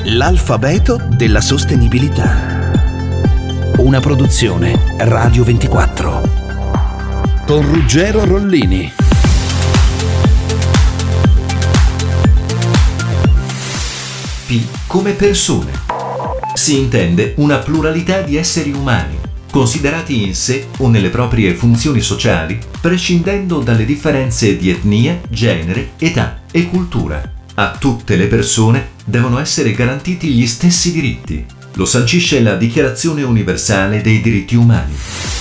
L'alfabeto della sostenibilità. Una produzione Radio 24. Con Ruggero Rollini. P come persone. Si intende una pluralità di esseri umani, considerati in sé o nelle proprie funzioni sociali, prescindendo dalle differenze di etnia, genere, età e cultura. A tutte le persone devono essere garantiti gli stessi diritti. Lo sancisce la Dichiarazione Universale dei Diritti Umani.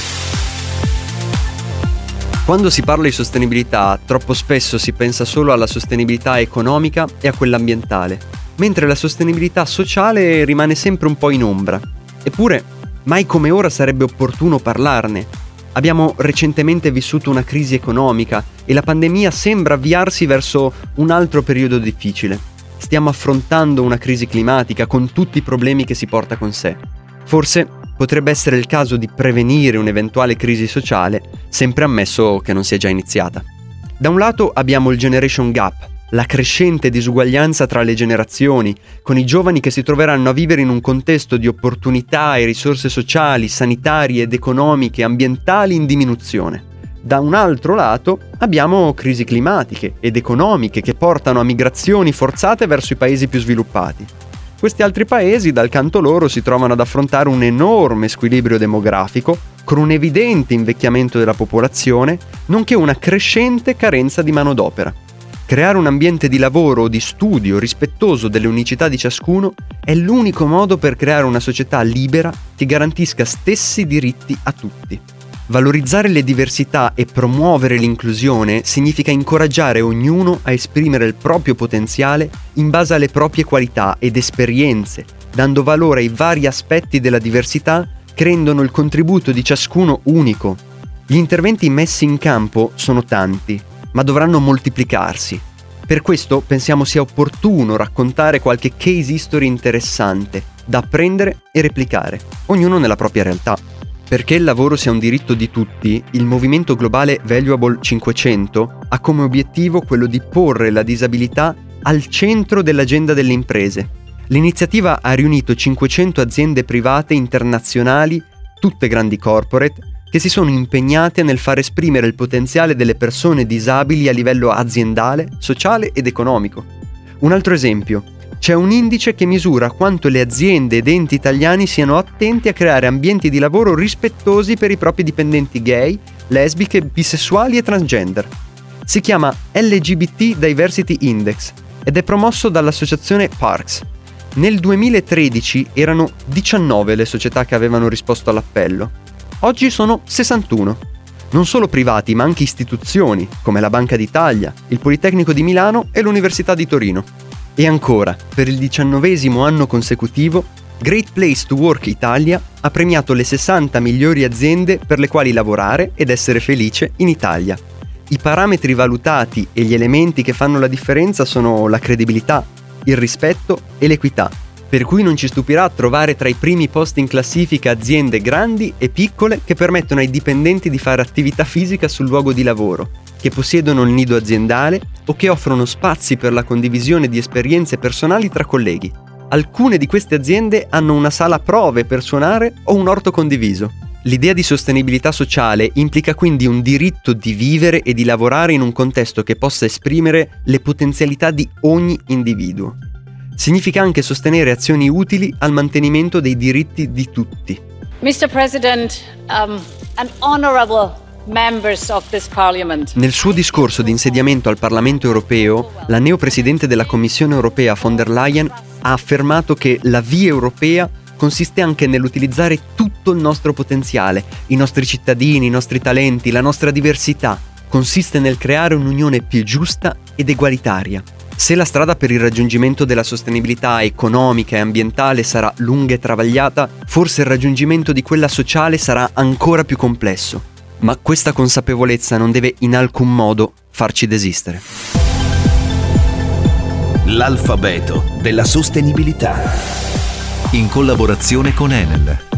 Quando si parla di sostenibilità, troppo spesso si pensa solo alla sostenibilità economica e a quella ambientale, mentre la sostenibilità sociale rimane sempre un po' in ombra. Eppure, mai come ora sarebbe opportuno parlarne. Abbiamo recentemente vissuto una crisi economica e la pandemia sembra avviarsi verso un altro periodo difficile. Stiamo affrontando una crisi climatica con tutti i problemi che si porta con sé. Forse potrebbe essere il caso di prevenire un'eventuale crisi sociale, sempre ammesso che non sia già iniziata. Da un lato abbiamo il Generation Gap, la crescente disuguaglianza tra le generazioni, con i giovani che si troveranno a vivere in un contesto di opportunità e risorse sociali, sanitarie ed economiche, ambientali in diminuzione. Da un altro lato abbiamo crisi climatiche ed economiche che portano a migrazioni forzate verso i paesi più sviluppati. Questi altri paesi, dal canto loro, si trovano ad affrontare un enorme squilibrio demografico, con un evidente invecchiamento della popolazione, nonché una crescente carenza di manodopera. Creare un ambiente di lavoro o di studio rispettoso delle unicità di ciascuno è l'unico modo per creare una società libera che garantisca stessi diritti a tutti. Valorizzare le diversità e promuovere l'inclusione significa incoraggiare ognuno a esprimere il proprio potenziale in base alle proprie qualità ed esperienze, dando valore ai vari aspetti della diversità che rendono il contributo di ciascuno unico. Gli interventi messi in campo sono tanti, ma dovranno moltiplicarsi. Per questo pensiamo sia opportuno raccontare qualche case history interessante da apprendere e replicare, ognuno nella propria realtà. Perché il lavoro sia un diritto di tutti, il movimento globale Valuable 500 ha come obiettivo quello di porre la disabilità al centro dell'agenda delle imprese. L'iniziativa ha riunito 500 aziende private internazionali, tutte grandi corporate, che si sono impegnate nel far esprimere il potenziale delle persone disabili a livello aziendale, sociale ed economico. Un altro esempio. C'è un indice che misura quanto le aziende ed enti italiani siano attenti a creare ambienti di lavoro rispettosi per i propri dipendenti gay, lesbiche, bisessuali e transgender. Si chiama LGBT Diversity Index ed è promosso dall'associazione Parks. Nel 2013 erano 19 le società che avevano risposto all'appello. Oggi sono 61. Non solo privati, ma anche istituzioni, come la Banca d'Italia, il Politecnico di Milano e l'Università di Torino. E ancora, per il 19° anno consecutivo, Great Place to Work Italia ha premiato le 60 migliori aziende per le quali lavorare ed essere felice in Italia. I parametri valutati e gli elementi che fanno la differenza sono la credibilità, il rispetto e l'equità, per cui non ci stupirà trovare tra i primi posti in classifica aziende grandi e piccole che permettono ai dipendenti di fare attività fisica sul luogo di lavoro, che possiedono il nido aziendale o che offrono spazi per la condivisione di esperienze personali tra colleghi. Alcune di queste aziende hanno una sala prove per suonare o un orto condiviso. L'idea di sostenibilità sociale implica quindi un diritto di vivere e di lavorare in un contesto che possa esprimere le potenzialità di ogni individuo. Significa anche sostenere azioni utili al mantenimento dei diritti di tutti. Mr. President, an honorable members of this Parliament. Nel suo discorso di insediamento al Parlamento europeo, la neopresidente della Commissione europea von der Leyen ha affermato che la via europea consiste anche nell'utilizzare tutto il nostro potenziale, i nostri cittadini, i nostri talenti, la nostra diversità. Consiste nel creare un'unione più giusta ed egualitaria. Se la strada per il raggiungimento della sostenibilità economica e ambientale sarà lunga e travagliata, forse il raggiungimento di quella sociale sarà ancora più complesso. Ma questa consapevolezza non deve in alcun modo farci desistere. L'alfabeto della sostenibilità. In collaborazione con Enel.